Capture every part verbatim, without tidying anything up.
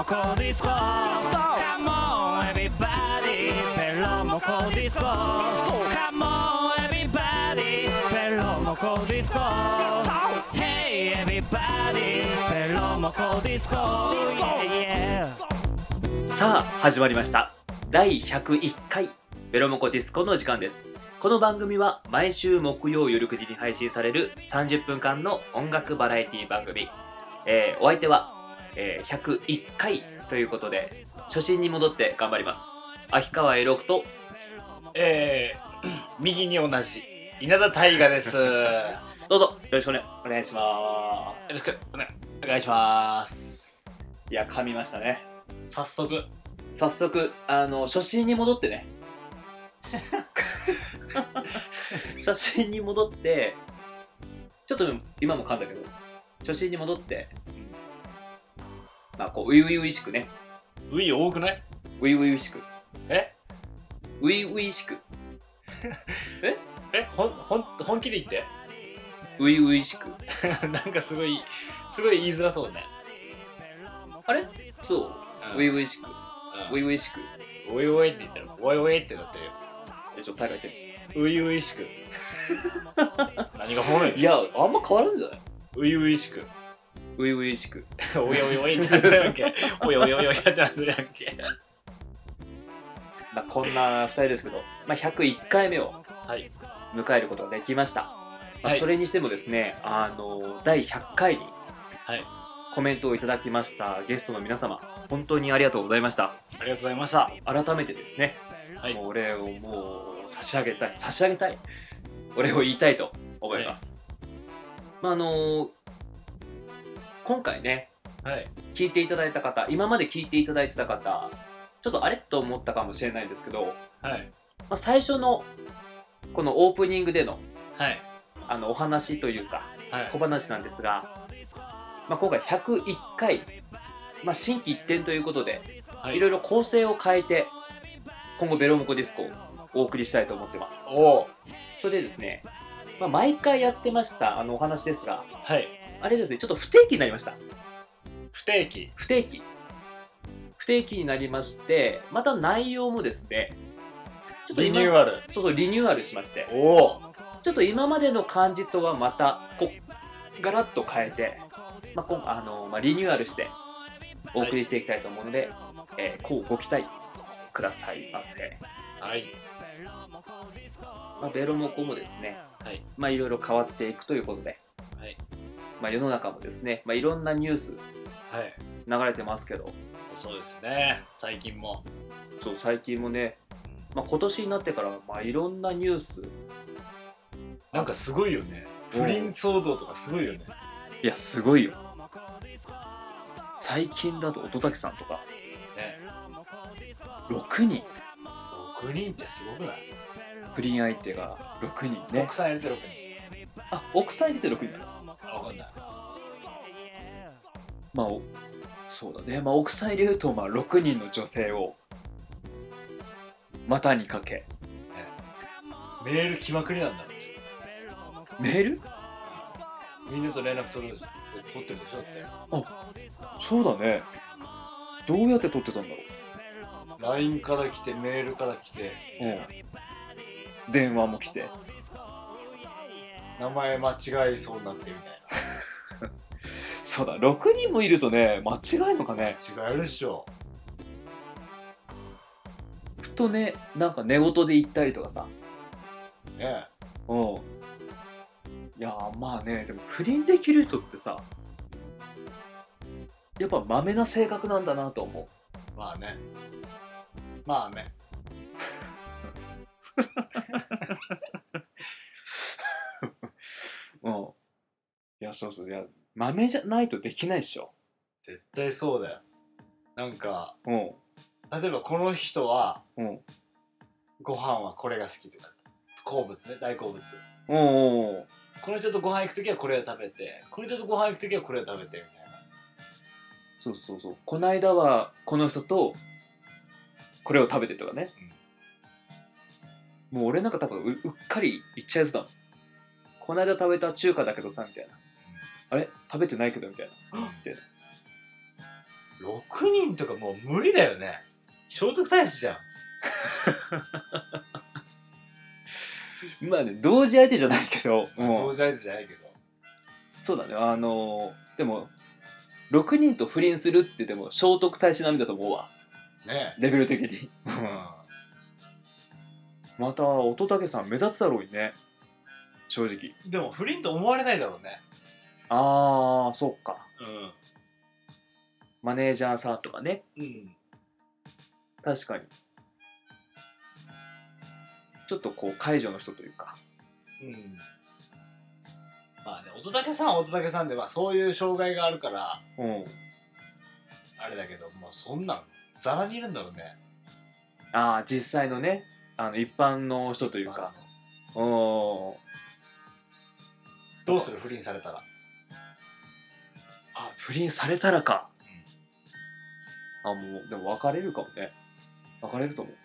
コディスコ Come on everybody ベロモコディスコ Come on everybody ベロモコディスコ Hey everybody ベロモコディスコ Yeah, yeah. さあ始まりましただいひゃくいっかいベロモコディスコの時間です。この番組は毎週木曜夜くじに配信されるさんじゅっぷんかんの音楽バラエティ番組、えー、お相手は、えー、ひゃくいっかいということで初心に戻って頑張ります。秋川栄六とえー、右に同じ稲田大我ですよどうぞよろしくお願いします。 ろしくお願いします。 いや噛みましたね。 早速早速あの初心に戻ってね初心に戻ってちょっと今も噛んだけど初心に戻ってまあこう初々しくねウイ多くない初々しくえ初々しくええほんほん本気で言って初々しくなんかすごいすごい言いづらそうね。 あれそう初うん 々しく初々しくおいおいって言ったらおいおいってなってるよ。 えちょっと大概言ってういういしく何がほめいやあんま変わるんじゃないういういしく初々しくおいおいおいってなってるやんけおいおいおいおいってなってるやんけまあこんなふたりですけど、まあ、ひゃくいっかいめをはい迎えることができました、まあはいそれにしてもですねあのだいひゃっかいにはいコメントをいただきましたゲストの皆様本当にありがとうございました。 ありがとうございました。 改めてですね、 はいもうお礼をもう差し上げたい差し上げたいお礼を言いたいと思います、はい、まああの今回ねはい聞いていただいた方今まで聞いていただいてた方ちょっとあれと思ったかもしれないんですけど、 はいまあ、最初のこのオープニングでのはいあのお話というかはい小話なんですが、まあ、今回ひゃくいっかい、まあ、心機一転ということで、はい、いろいろ構成を変えて今後ベロモコディスコをお送りしたいと思ってます。 おおそれでですね、まあ、毎回やってましたあのお話ですが、 はい、 あれですねちょっと不定期になりました。 不定期不定期不定期になりましてまた内容もですねちょっとリニューアルそうそうリニューアルしましておおちょっと今までの感じとはまたこガラッと変えて、まあこあのまあ、リニューアルしてお送りしていきたいと思うので、はいえー、こうご期待くださいませ。 はい、 まあ、ベロモコもですね、 はいまあ、いろいろ変わっていくということで、 はいまあ、世の中もですね、まあ、いろんなニュース流れてますけど、はい、 そうですね最近もそう最近もね、まあ、今年になってからまあいろんなニュースなんかすごいよね。不倫騒動とかすごいよね。 いやすごいよ。最近だと乙武さんとか、 ね、 ろくにんろくにんってすごくない？ 不倫相手がろくにんね。 奥さん入れてろくにん。 あ、奥さん入れてろくにんだな。 あ、わかんない。 まあそうだね、まあ、奥さん入れるとまあろくにんの女性を股にかけ、ね、 メール来まくりなんだろうね。 メール？ みんなと連絡取る取ってるでしょだって。 あ、そうだね。どうやって取ってたんだろう。ライン から来てメールから来て、 うん、電話も来て名前間違いそうになってみたいなそうだろくにんもいるとね間違えるのかね。 間違えるでしょ。 ふとねなんか寝言で言ったりとかさねえうんいやまあねでも不倫できる人ってさやっぱマメな性格なんだなと思う。まあねまあねうんいやそうそういやマメじゃないとできないっしょ。 絶対そうだよ。なんか、 うん、 例えばこの人は、 うん、 ご飯はこれが好きとか好物ね大好物。 うんうんうんこの人とご飯行くときはこれを食べてこの人とご飯行くときはこれを食べてみたいな。 そうそうそうこの間はこの人とこれを食べてとかね、うん、もう俺なんか多分 う, うっかり言っちゃうやつだもん。この間食べた中華だけどさみたいな、うん、あれ食べてないけどみたいな、うん、みたいなろくにんとかもう無理だよね。聖徳太子じゃん。 まあね、同時相手じゃないけど、もう同時相手じゃないけど。 そうだね、あのー、でもろくにんと不倫するって言っても聖徳太子並みだと思うわ、 ねレベル的に。 うん。 また乙武さん目立つだろうにね、正直。 でも不倫と思われないだろうね。 あー、そっか。 うマネージャーさんとかね。 ん。うん。 確かに。ちょっとこう解除の人というか。 うん。まあね、乙武さんは乙武さんで、まあそういう障害があるから、 うん。 あれだけど、もうそんなん、ザラにいるんだろうね。 あー、実際のね、あの一般の人というか。うん。 どうする不倫されたら。 あ、不倫されたらか。あ、もう、でも別れるかもね。別れると思う。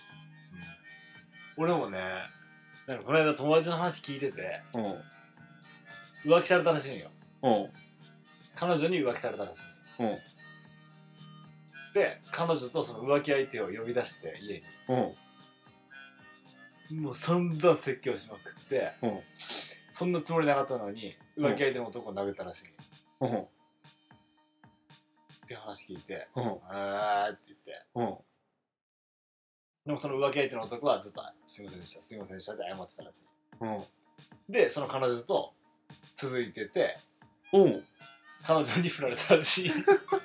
俺もね、なんかこの間友達の話聞いてて、 うん。 浮気されたらしいんよ。 うん。 彼女に浮気されたらしい。 うん。 で、彼女とその浮気相手を呼び出して家うん。 に。もう散々説教しまくって、 うん。 そんなつもりなかったのに、浮気相手の男を殴ったらしい。 うん。 っていう話聞いて、 うん。 あーって言って。 うん。 でもその浮気相手の男はずっとすいませんでした、すいませんでしたって謝ってたらしい。 うん。 で、その彼女と続いてて、 うん。 彼女に振られたらしい。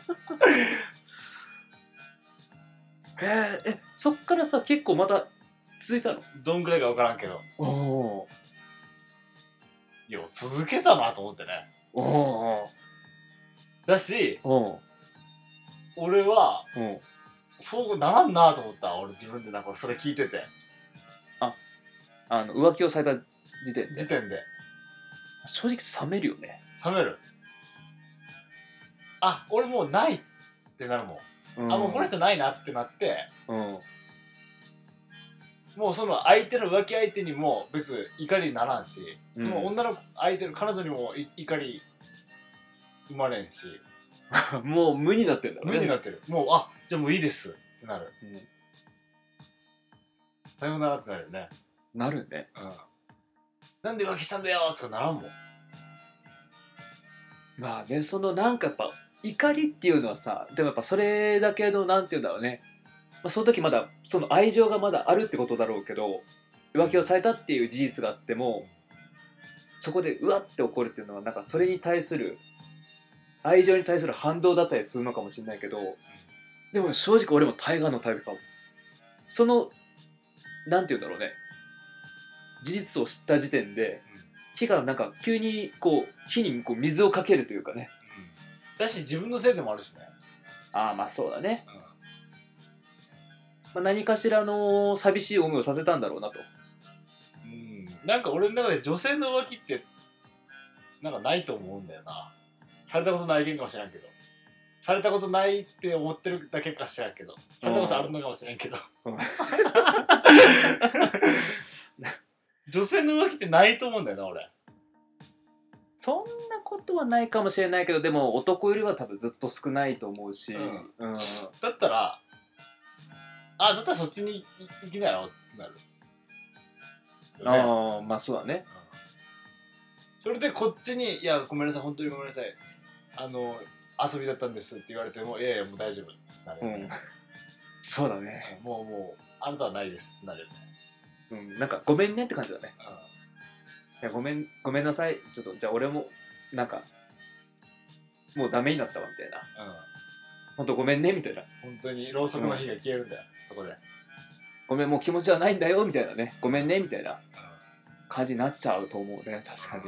へえ、え、そっからさ、結構また続いたの？ どんぐらいか分からんけど。 おお。 いや、続けたなと思ってね。 おお。 だし、 おお。 俺は、 うん。 そうならんなと思った。俺自分でなんかそれ聞いてて。 あの浮気をされた時点で時点で。 正直冷めるよね。 冷める。あ、俺もうないってなるもん。 うん、 あ、もうこの人ないなってなって、 うん。 もうその相手の浮気相手にも別に怒りにならんし、 うん、 その女の相手の彼女にもい怒り生まれんし、 もう無になってんだろうね。 無になってる。もう、あ、じゃあもういいですってなる。 うん、 さようならってなるよね。 なるね。 うん。なんで浮気したんだよとかならんもん。 まあね、そのなんかやっぱ怒りっていうのはさ、でもやっぱそれだけのなんていうんだろうね、まあ、その時まだその愛情がまだあるってことだろうけど、浮気をされたっていう事実があっても、そこでうわって怒るっていうのはなんかそれに対する愛情に対する反動だったりするのかもしれないけど、でも正直俺もタイガーのタイプかも。そのなんていうんだろうね、事実を知った時点で火がなんか急にこう火にこう水をかけるというかね。 だし自分のせいでもあるしね。 ああ、まあそうだね。 うん、 まあ、何かしらの寂しい思いをさせたんだろうなと。 うん、なんか俺の中で女性の浮気ってなんかないと思うんだよな。されたことないけんかもしれんけど、されたことないって思ってるだけかしらんけど、されたことあるのかもしれんけど、 うん、 女性の浮気ってないと思うんだよな俺。 そんなことはないかもしれないけど、でも男よりは多分ずっと少ないと思うし、 うんうん、 だったら、あ、だったらそっちに行きなよってなる、ね、 ああ、まあそうだね、 うん、それでこっちに「いやごめんなさい本当にごめんなさい、あの遊びだったんです」って言われても「いやいやもう大丈夫」ってなるよね、 うん、そうだね、 もうもうあなたはないですってなるよね、 うん、なんかごめんねって感じだね。 うん、 いやごめんごめんなさい、ちょっとじゃあ俺もなんかもうダメになったわみたいな、 うん、 ほんとごめんねみたいな、 本当にろうそくの火が消えるんだよ、うん、そこで、 ごめんもう気持ちはないんだよみたいなね、ごめんねみたいなうん、 感じになっちゃうと思うね、確かに、うん、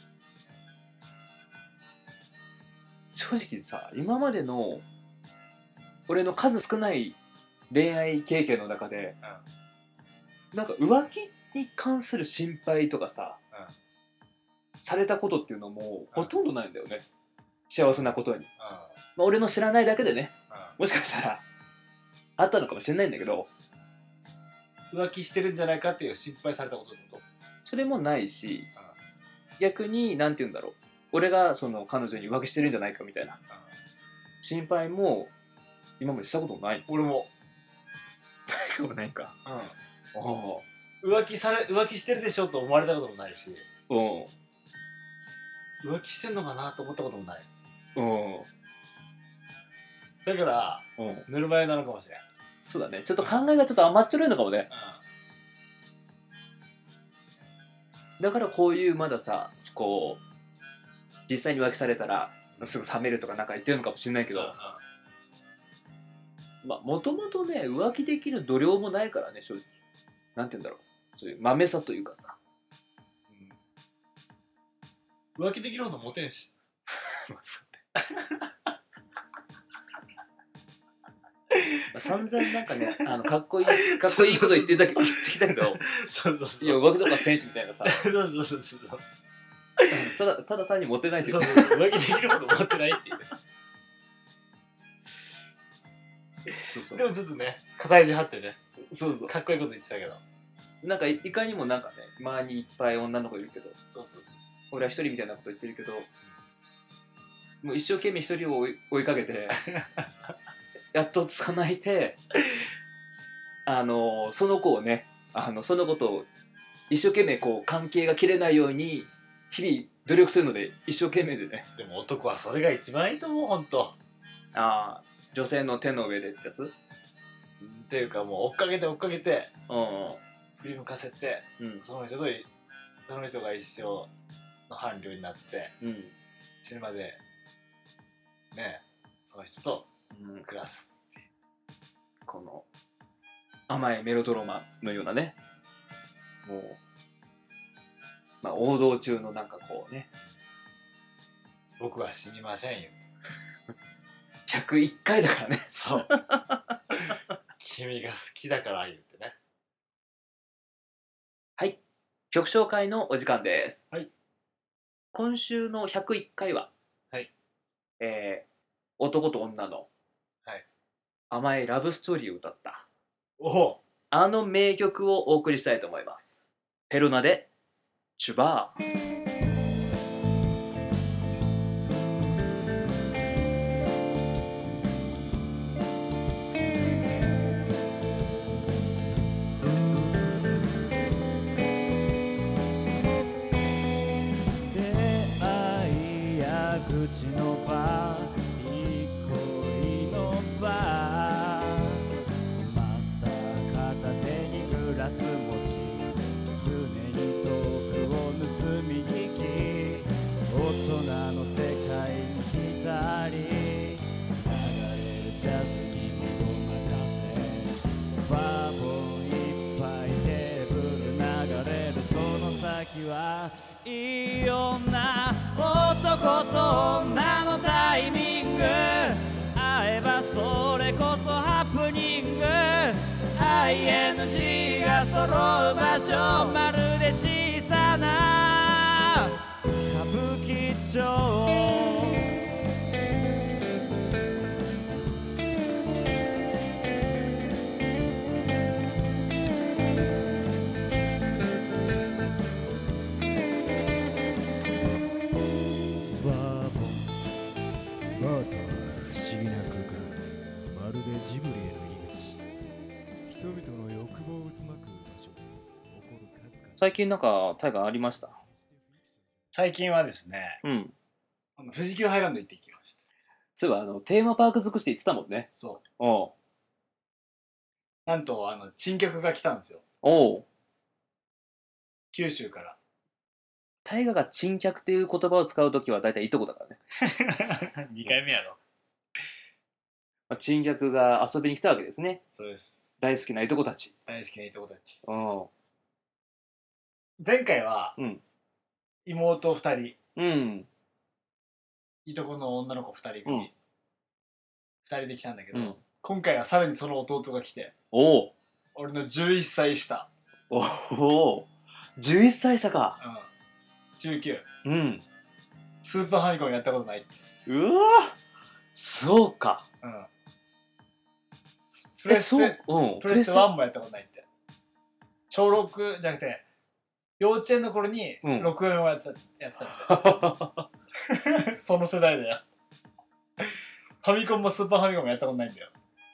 正直さ、今までの俺の数少ない恋愛経験の中で、うん、なんか浮気に関する心配とかさ、うん、されたことっていうのもほとんどないんだよね、うん、幸せなことに、うん、まあ、俺の知らないだけでね、うん、もしかしたらあったのかもしれないんだけど、 浮気してるんじゃないかっていう心配されたことってこと？ それもないし、うん、逆になんて言うんだろう、俺がその彼女に浮気してるんじゃないかみたいな、うん、 心配も今までしたことない。 俺も。 大丈夫ないか。 うん。 お浮気され浮気してるでしょと思われたこともないし、 お浮気してんのかなと思ったこともない。 おだからおぬるま湯なのかもしれん。 そうだね。ちょっと考えがちょっと甘っちょろいのかもね。だからこういうまださ、こう実際に浮気されたらすぐ冷めるとかなんか言ってるのかもしれないけど、 うんうん、 まあもともとね浮気できる度量もないからね、正直。なんて言うんだろう。そういう豆さというかさ。 うん、浮気できるほどモテんし。 散々なんかね、あのかっこいいかっこいいこと言ってた言ってきたけど、 そうそうそう。 いや浮気とか選手みたいなさ、 そうそうそうそう。 ただただ単にモテないっていう。 そうそうそう。浮気できるほどモテないっていう。 そうそう。 でもちょっとね、片意地張ってね、 そうそう。 かっこいいこと言ってたけど。 なんかいかにもなんかね、周りにいっぱい女の子いるけど、 そうそう。 俺は一人みたいなこと言ってるけど、もう一生懸命一人を追い追いかけて、やっと捕まえて、あのその子をね、あのその子と一生懸命こう関係が切れないように日々努力するので一生懸命でね。 でも男はそれが一番いいと思う、ほんと。 ああ、女性の手の上でってやつ？ っていうかもう追っかけて追っかけて、 うん振り向かせて、 うん。 その人とその人が一生の伴侶になってうん。 死ぬまでね、その人とうん。 暮らすっていう。 この甘いメロドラマのようなね、もう、まあ王道中のなんかこうね、 僕は死にませんよ。 ひゃくいっかいだからね。 そう。君が好きだから言ってね。 はい、曲紹介のお時間です。 はい。 今週のひゃくいっかいは、 はい。 えー、男と女のはい甘いラブストーリーを歌ったおお。 あの名曲をお送りしたいと思います。ペルナでチュバー。 口の場、憩いの場、マスター片手にグラス持ち、常にトークを盗み聞き、大人の世界に浸り、流れるジャズに身を任せ、バーボンいっぱいテーブル流れるその先はいい女、男と女のタイミング、会えばそれこそハプニング、 アイエヌジー が揃う場所、まるで小さな歌舞伎町。ジブリへの入り口、人々の欲望を渦巻く場所で起こる数々。 最近なんか大河ありました？ 最近はですね、 うん。 あの富士急ハイランド行ってきました。 そういえばあのテーマパーク尽くして言ってたもんね。 そう。 おうなんとあの珍客が来たんですよ。 おう。 九州から。 大河が珍客っていう言葉を使うときは大体いとこだからね。 にかいめやろ。 まあ珍客が遊びに来たわけですね。 そうです。 大好きないとこたち。 大好きないとこたち。 おう。 前回はうん。 妹ふたり、 うん。 いとこの女の子ふたり組、 うんふたりで来たんだけど、 うん。 今回はさらにその弟が来て、 おお。 俺のじゅういっさい下、 おお。じゅういっさい差か。 うん、じゅうきゅう、 うん。 スーパーファミコンやったことないって。 うわそうか。 うん。プレステ、 うん、 プレステワンもやったことないって。小ろくじゃなくて、幼稚園の頃にろくよんをやってた、やってたって。その世代だよ。 ファミコンもスーパーファミコンもやったことないんだよ。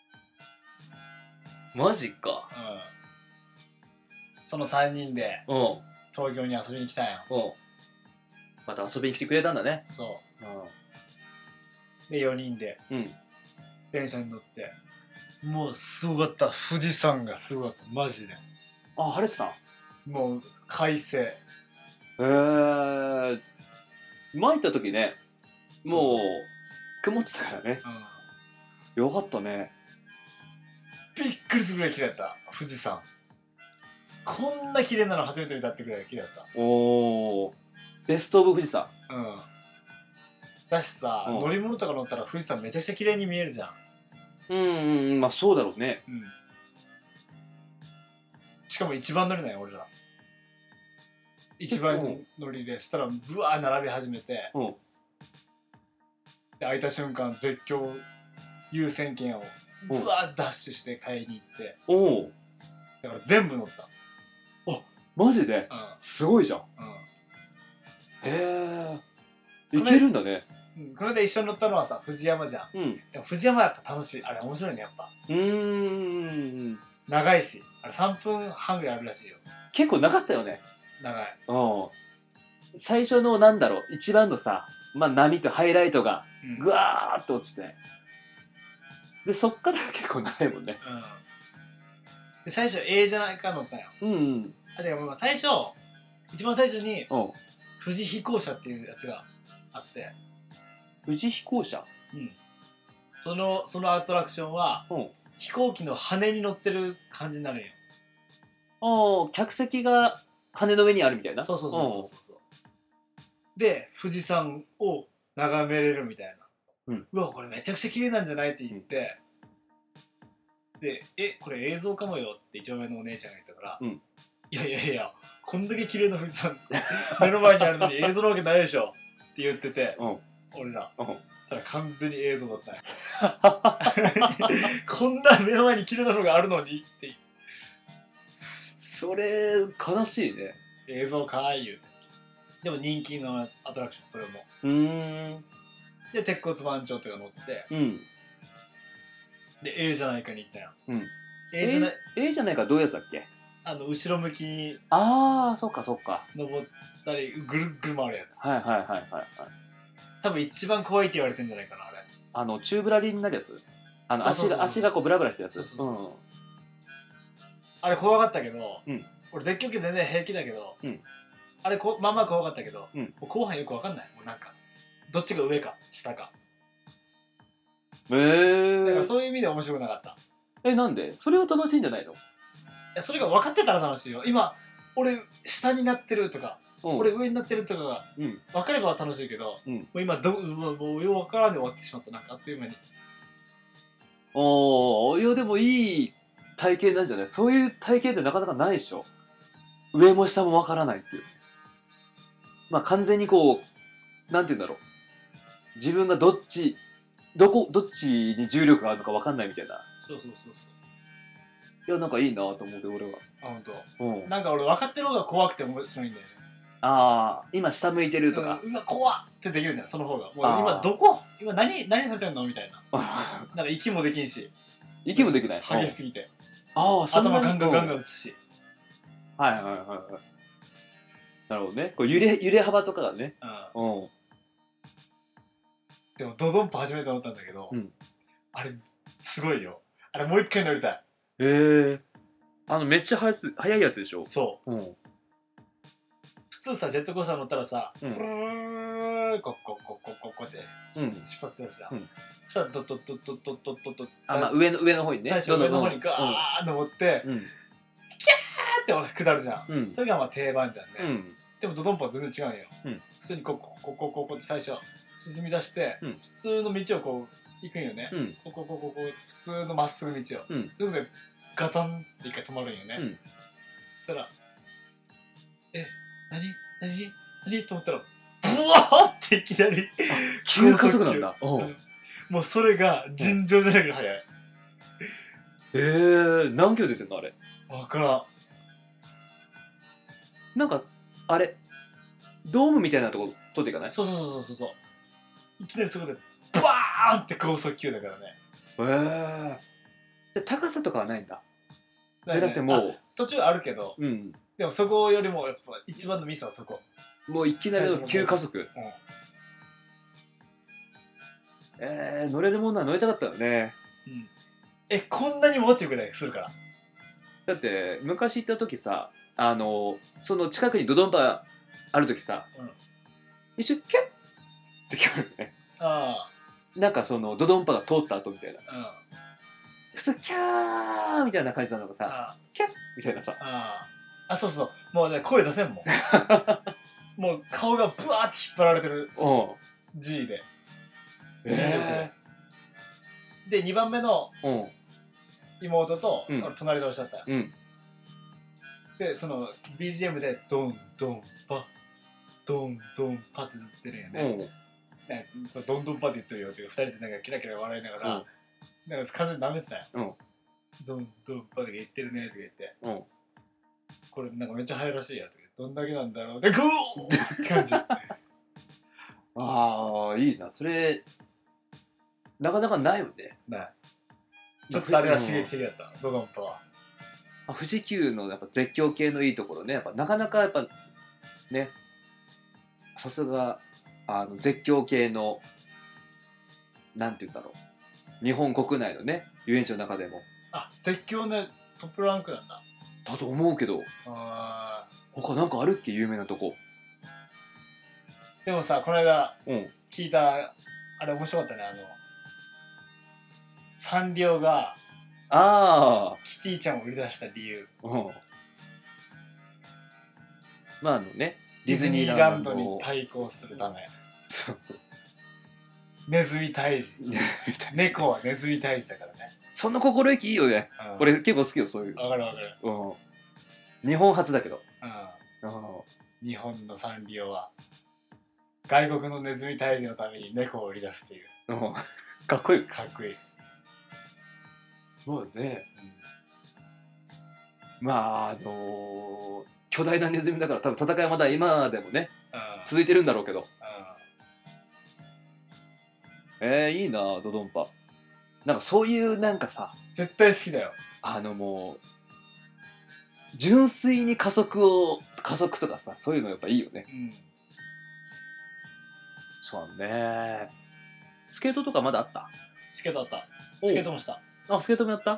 マジか。 うん。そのさんにんでうん東京に遊びに来たんよ。 うんまた遊びに来てくれたんだね。 そううでよにんでんうん電車に乗って、もうすごかった。富士山がすごかったマジで。 あ晴れてた。 もう快晴。 へえー、前行った時ねもう曇ってたからね。 うん、 よかったね。 びっくりするぐらい綺麗だった富士山。こんな綺麗なの初めて見たってぐらい綺麗だった。 おーベストオブ富士山。 うんだしさ、 うん乗り物とか乗ったら富士山めちゃくちゃ綺麗に見えるじゃん。 うんうんまあそうだろうね。 うんしかも一番乗りなんよ俺ら。一番乗りでしたらブワー並び始めて、 うんで開いた瞬間絶叫優先権をブワーダッシュして買いに行って、 おおだから全部乗った。 マジでうんすごいじゃん。へえいけるんだね。 うん、これで一緒に乗ったのはさ藤山じゃん。 うんでも藤山はやっぱ楽しい。あれ面白いねやっぱ。 うーん長いしあれさんぷんはんぐらいあるらしいよ。 結構なかったよね。 長い。 うん最初のなんだろう一番のさまあ波とハイライトがうんぐわーっと落ちてでそっから結構長いもんね。 うんで最初 A じゃないか乗ったんよ。 うんうんあでも最初一番最初にうん富士飛行車っていうやつがあって、 富士飛行車。 うん、そのそのアトラクションはうん飛行機の羽に乗ってる感じになるんよ。 ああ客席が羽の上にあるみたいな。 そうそうそうそうそう。で富士山を眺めれるみたいな、 うん、 うわこれめちゃくちゃ綺麗なんじゃないって言って、うん、でえこれ映像かもよって一番上のお姉ちゃんが言ったから、うん、いやいやいやこんだけ綺麗な富士山目の前にあるのに映像なわけないでしょって言ってて、うん、俺ら、うん、そしたら完全に映像だったよこんな目の前に綺麗なのがあるのにってそれ悲しいね。 映像かーい言うて。でも人気のアトラクションそれも。 うーんで鉄骨番長とか乗って、 うん、 で A じゃないかに行ったよ。 うん、 A じゃない A じゃないかどういうやつだっけ。 あの後ろ向きにああそっかそっか登ったりぐるっぐる回るやつ。 はいはいはいはいはい多分一番怖いって言われてんじゃないかなあれ。 あのチューブラリンになるやつ。あの足が足がこうブラブラしたやつ。 そうそうそうそう、うん、あれ怖かったけど、 うん、俺絶叫系全然平気だけど、 うん、 あれこまあまあ怖かったけど、 うん、 もう後半よく分かんない。もうなんかどっちが上か下か。 へえー、 だからそういう意味で面白くなかった。 えなんでそれは楽しいんじゃないの。いやそれが分かってたら楽しいよ。今俺下になってるとか、うん、俺上になってるとかが分かれば楽しいけど、うん、もう今どもうもうよう分からんで終わってしまった。なんかあっという間に。 おおいやでもいい体型なんじゃない。そういう体型ってなかなかないでしょ。上も下も分からないっていう。まあ完全にこうなんて言うんだろう自分がどっちどこどっちに重力があるのか分かんないみたいな。 そうそうそうそう。 いやなんかいいなと思って俺は。 あ本当。うん。なんか俺分かってる方が怖くて面白いんだよね。 ああ今下向いてるとか、 うん、うわ怖っってできるじゃんその方が。もう今どこ今何何されてんのみたいな。なんか息もできんし。 息もできない。 激しすぎて。 ああ頭ガンガンガンガン打つし。 はいはいはいはい。なるほどね。こう揺れ揺れ幅とかがね。うん。うんでもドドンパ初めて乗ったんだけど、うん、あれすごいよ。あれもう一回乗りたい。 へえー。あのめっちゃ速い速いやつでしょ。 そう。うん、普通さジェットコースター乗ったらさ、うん、プルーコッコッコッコッコッコって出発するじゃん。うん、そしたらドッドッドッドッドッドッドッドッあまあ上の上の方にね。 最初上の方にガーッ登って、うん、キャーって下るじゃん。うん、それがまあ定番じゃんね。うん、でもドドンパは全然違うんよ。うん、普通にコッコッコッコッコッコって最初。進み出して、うん、普通の道をこう行くんよね、うん、こここここ普通のまっすぐ道を、うん、ということでガタンって一回止まるんよね、うん、そしたらえ何何何と思ったらブワーっていきなり急加速なんだ、うん、 もうそれが尋常じゃないぐらい速い。 えー、何キロ出てんのあれ。 分からん。 なんかあれドームみたいなとこ取っていかない。 そうそうそうそうそう。いきなりそこでバーンって高速球だからね。 へえ。で高さとかはないんだ。じゃなくてあもう、 途中あるけど、 うん、 でもそこよりもやっぱ一番のミスはそこ。 もういきなりの急加速。 うんえー、乗れるものは乗りたかったよね。 うん、えこんなにもっていうぐらいするから。 だって昔行った時さ、あのその近くにドドンパある時さ、 うん一瞬キュッって聞こえるね。 あなんかそのドドンパが通った後みたいな。 あうん普通キャーみたいな感じなのがさ、 あキャッみたいなさ。 ああそうそうもうね声出せんもんもう顔がブワーって引っ張られてるうん。 G でえでにばんめのー、うん妹と、 うん俺隣同士だったようんでその ビージーエム でドンドンパドンドンパってずってるんよね、 うんねドンドンパって言ってるよっていうふたりでなんかキラキラ笑いながら、なんか完全に舐めてたよ、 うんドンドンパって言ってるねとか言ってうん。 これなんかめっちゃ速いらしいやとか言ってどんだけなんだろうでグーって感じああいいなそれ。なかなかないよね。 ないちょっとあれは刺激的だったドドンパは。 あ富士急のやっぱ絶叫系のいいところね、やっぱなかなかやっぱね、さすがあの絶叫系のなんて言うんだろう、日本国内のね遊園地の中でもあ絶叫ねトップランクなんだ。 だと思うけど、 あ他なんかあるっけ有名なとこ。 でもさこの間うん聞いたあれ面白かったねあのサンリオがあキティちゃんを売り出した理由あうんまああのねディズニーランドに対抗するためネズミ退治猫はネズミ退治だからね。 その心意気いいよね。 うん俺結構好きよそういう。 わかるわかる、 うん日本初だけど。 うん、 うん日本のサンリオは外国のネズミ退治のために猫を売り出すっていううんかっこいい。 かっこいい、 そうね。まああのー巨大なネズミだから多分戦いはまだ今でもねうん続いてるんだろうけど。 うえー、いいなドドンパ。なんかそういうなんかさ、 ん、絶対好きだよ。 あのもう純粋に加速を加速とかさ、そういうのやっぱいいよね。 うんそうね。スケートとかまだあった？ スケートあったおうスケートもしたあ、スケートもやった？ うん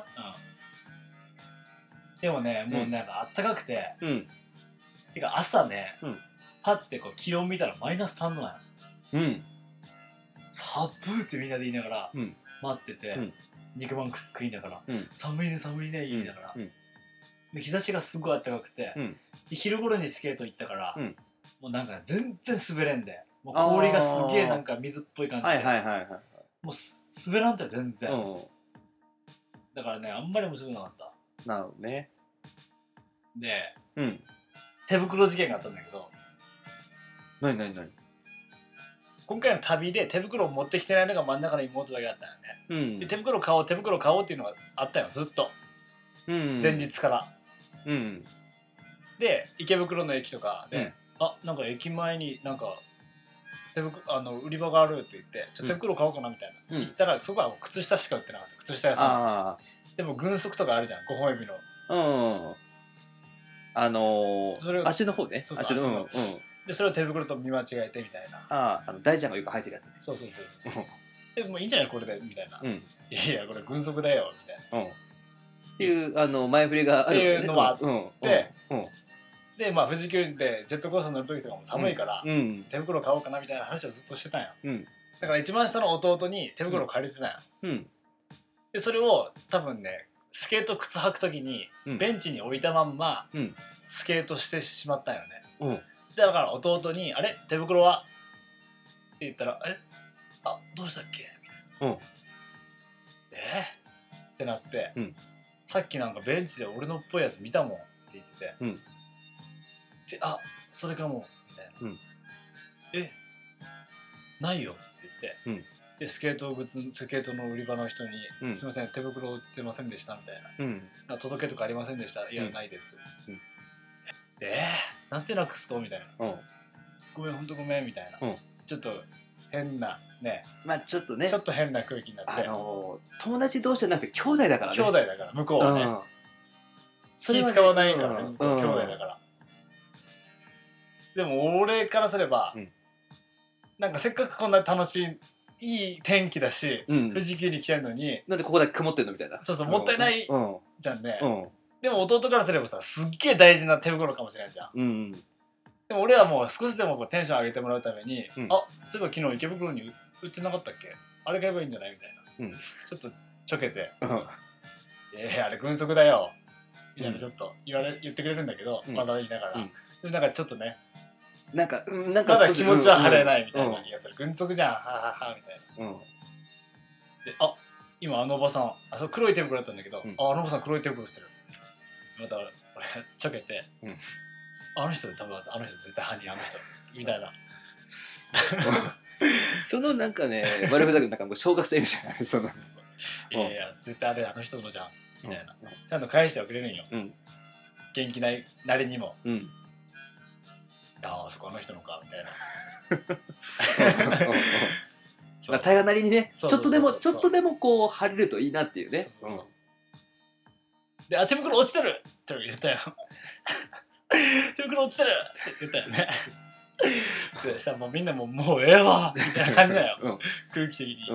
でもねもうなんかあったかくて、 うんてか朝ね、 うんパッてこう気温見たらマイナスさんどなんよ。 うん寒ーってみんなで言いながらうん待ってて、 うん肉まん食いながら、 うん寒いね寒いね言いながら、 うんで日差しがすごい暖かくて、 うんで昼頃にスケート行ったから、 うんもうなんか全然滑れんでもう氷がすげえなんか水っぽい感じで、 はいはいはいはい。 もうす滑らんとよ全然、 うんだからねあんまり面白くなかったなるほどね。 でうん。 手袋事件があったんだけどなになになに？ 今回の旅で手袋を持ってきてないのが真ん中の妹だけだったよね。 うんで手袋買おう手袋買おうっていうのがあったよずっとうん前日から、 うんで池袋の駅とかで、 うんあなんか駅前になんか手袋あの売り場があるって言ってちょっと手袋買おうかなみたいな、 うん行ったらそこは靴下しか売ってなかった靴下屋さんあでも軍足とかあるじゃんごほん指のあうんあのそれをー、足の方ね。 そうそう足の足のうんうんでそれを手袋と見間違えてみたいなあああの大ちゃんがよく履いてるやつね。 そうそうそうそうでもういいんじゃないこれでみたいな、 うんいやいやこれ軍足だよみたいなうんっていうあの前振りがあるよね。 っていうのはあってうんうんでまあ富士急でジェットコースター乗る時とかも寒いから、 うんうん手袋買おうかなみたいな話をずっとしてたんようんだから一番下の弟に手袋を借りてたんよ、 うんでそれを多分ねスケート靴履く時にうんベンチに置いたまんまうんスケートしてしまったんよねうんだから弟に「あれ手袋は?」って言ったら「あれあどうしたっけ?」みたいなうん 「えーってなって、 うんさっきなんかベンチで俺のっぽいやつ見たもんって言ってて、 うんであそれかもみたいな、 うんえないよって言って、 うんでスケート靴スケートの売り場の人に、 うんすいません手袋落ちてませんでしたみたいなうんな届けとかありませんでしたいや、 うんないです、 うんでえー、なんてなくすとみたいなうんごめんほんとごめんみたいな、 うんちょっと変なね、 まあちょっとねちょっと変な空気になって、 あのー、友達同士じゃなくて兄弟だからね。 兄弟だから向こうはね、 うん、それはね気使わないからね、 うん向こう兄弟だから、うん、でも俺からすれば、うん、なんかせっかくこんな楽しいいい天気だし、うん、富士急に来てるのになんでここだけ曇ってんのみたいな。 そうそう、もったいないじゃんね、 うんうん、 でも弟からすればさ、すっげえ大事な手袋かもしれないじゃん、うん、でも俺はもう少しでもこうテンション上げてもらうために、うん、あ、そういえば昨日池袋に売ってなかったっけ、あれ買えばいいんじゃないみたいな、うん、ちょっとちょけて、うん、えー、あれ軍足だよみたいなちょっと言われ、言ってくれるんだけど、うん、まだ言いながら、うん、でなんかちょっとね、 なんか、なんかまだ気持ちは晴れないみたいな気がする、うん、軍足じゃん、はははみたいな、うん、で、あ、今あのおばさん、あ、そう黒い手袋だったんだけど、うん、あ、あのおばさん黒い手袋してる、また俺ちょけて、うん、あの人で多分あの人絶対犯人あの人みたいなそのなんかね、我々だけどなんかもう小学生みたいなそのいやいや絶対あれあの人のじゃんみたいな、うん、ちゃんと返してはくれるんよ、うん、元気ないなりにも、うん、ああそこあの人のかみたいなまあ、大河なりにね、ちょっとでもちょっとでもこう晴れるといいなっていうね。そうそうそう、 うん、で、あ、手袋落ちてるって言ったよ手袋落ちてるって言ったよねそしたらもうみんなももうええわみたいな感じだよ、うん、空気的に、うん、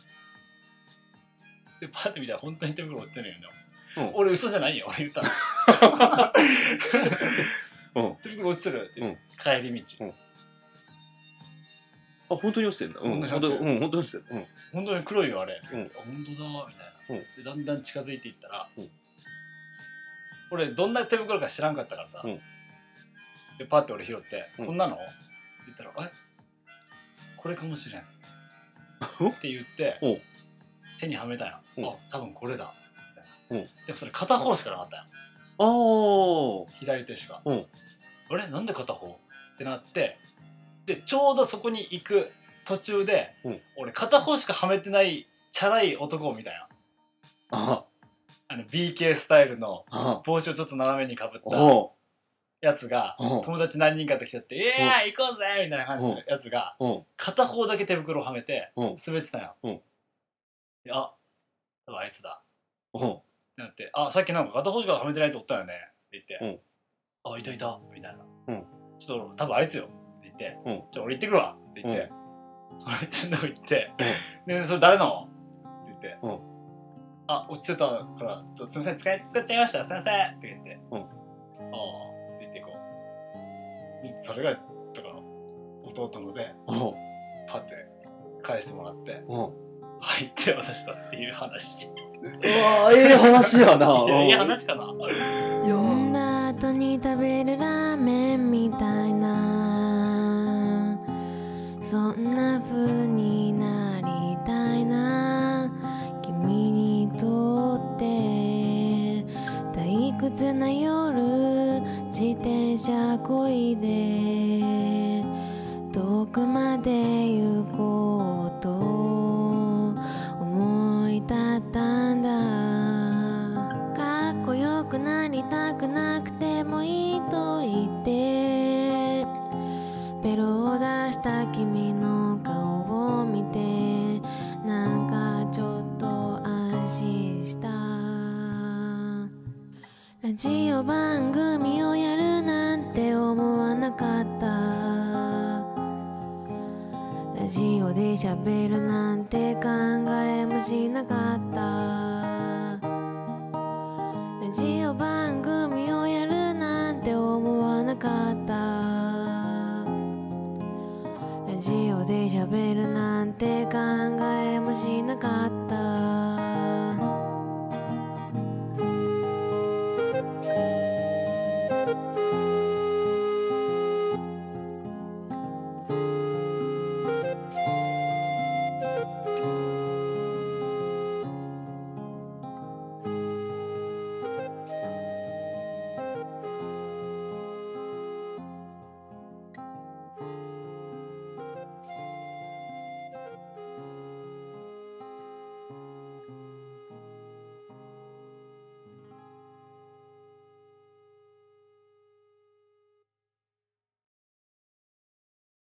でパッて見たら本当に手袋落ちてるよね、うん、俺嘘じゃないよ俺言ったの、うん、手袋落ちてるって、うん、帰り道、うん、 あ、本当に落ちてるんだ。うん、本当に、うん、本当に落ちてる。うん、 本当に黒いよあれ。うん、本当だみたいな、うん。でだんだん近づいていったら、うん、俺どんな手袋か知らんかったからさ。うん、でパッて俺拾って、うん、こんなの？って言ったら、え、これかもしれん。って言って手にはめたよ。うん、あ、多分これだ。みたいな。うん、でもそれ片方しかなかったよ。ああ。左手しか。うん、あれなんで片方？ってなって。でちょうどそこに行く途中で、うん、俺片方しかはめてないチャラい男を見たよ。ああの ビーケー スタイルの帽子をちょっと斜めにかぶったやつが友達何人かと来ちゃって「いやー行こうぜ!」みたいな感じのやつが片方だけ手袋をはめて滑ってたよ。うん、あ、多分あいつだってなって「あ、さっきなんか片方しかはめてないやつおったよね」って言って「うん、あ、いたいた」みたいな、うん、ちょっと多分あいつよって、うん、じゃあ俺行ってくるわって言って、うん、そのいつのとこ行って、うん、でそれ誰のって言って、うん、あ、落ちてたからちょっとすみません使い使っちゃいましたすみませんって言って、うん、ああって言ってこうそれがだから弟ので、うん、パッて返してもらって、うん、はいって渡したっていう話。 うわー、ええ話やな。 いい話かな。 飲んだ後に食べるラーメンみたいな、そんな風になりたいな。君にとって退屈な夜、自転車こいで遠くまで行こうと思い立ったんだ。かっこよくなりたくなくてもいいと言ってベロを出した君の顔を見てなんかちょっと安心した。ラジオ番組をやるなんて思わなかった。ラジオで喋るなんて考えもしなかった。ラジオ番組をやるなんて思わなかった。ラジオで喋るなんて考えもしなかった。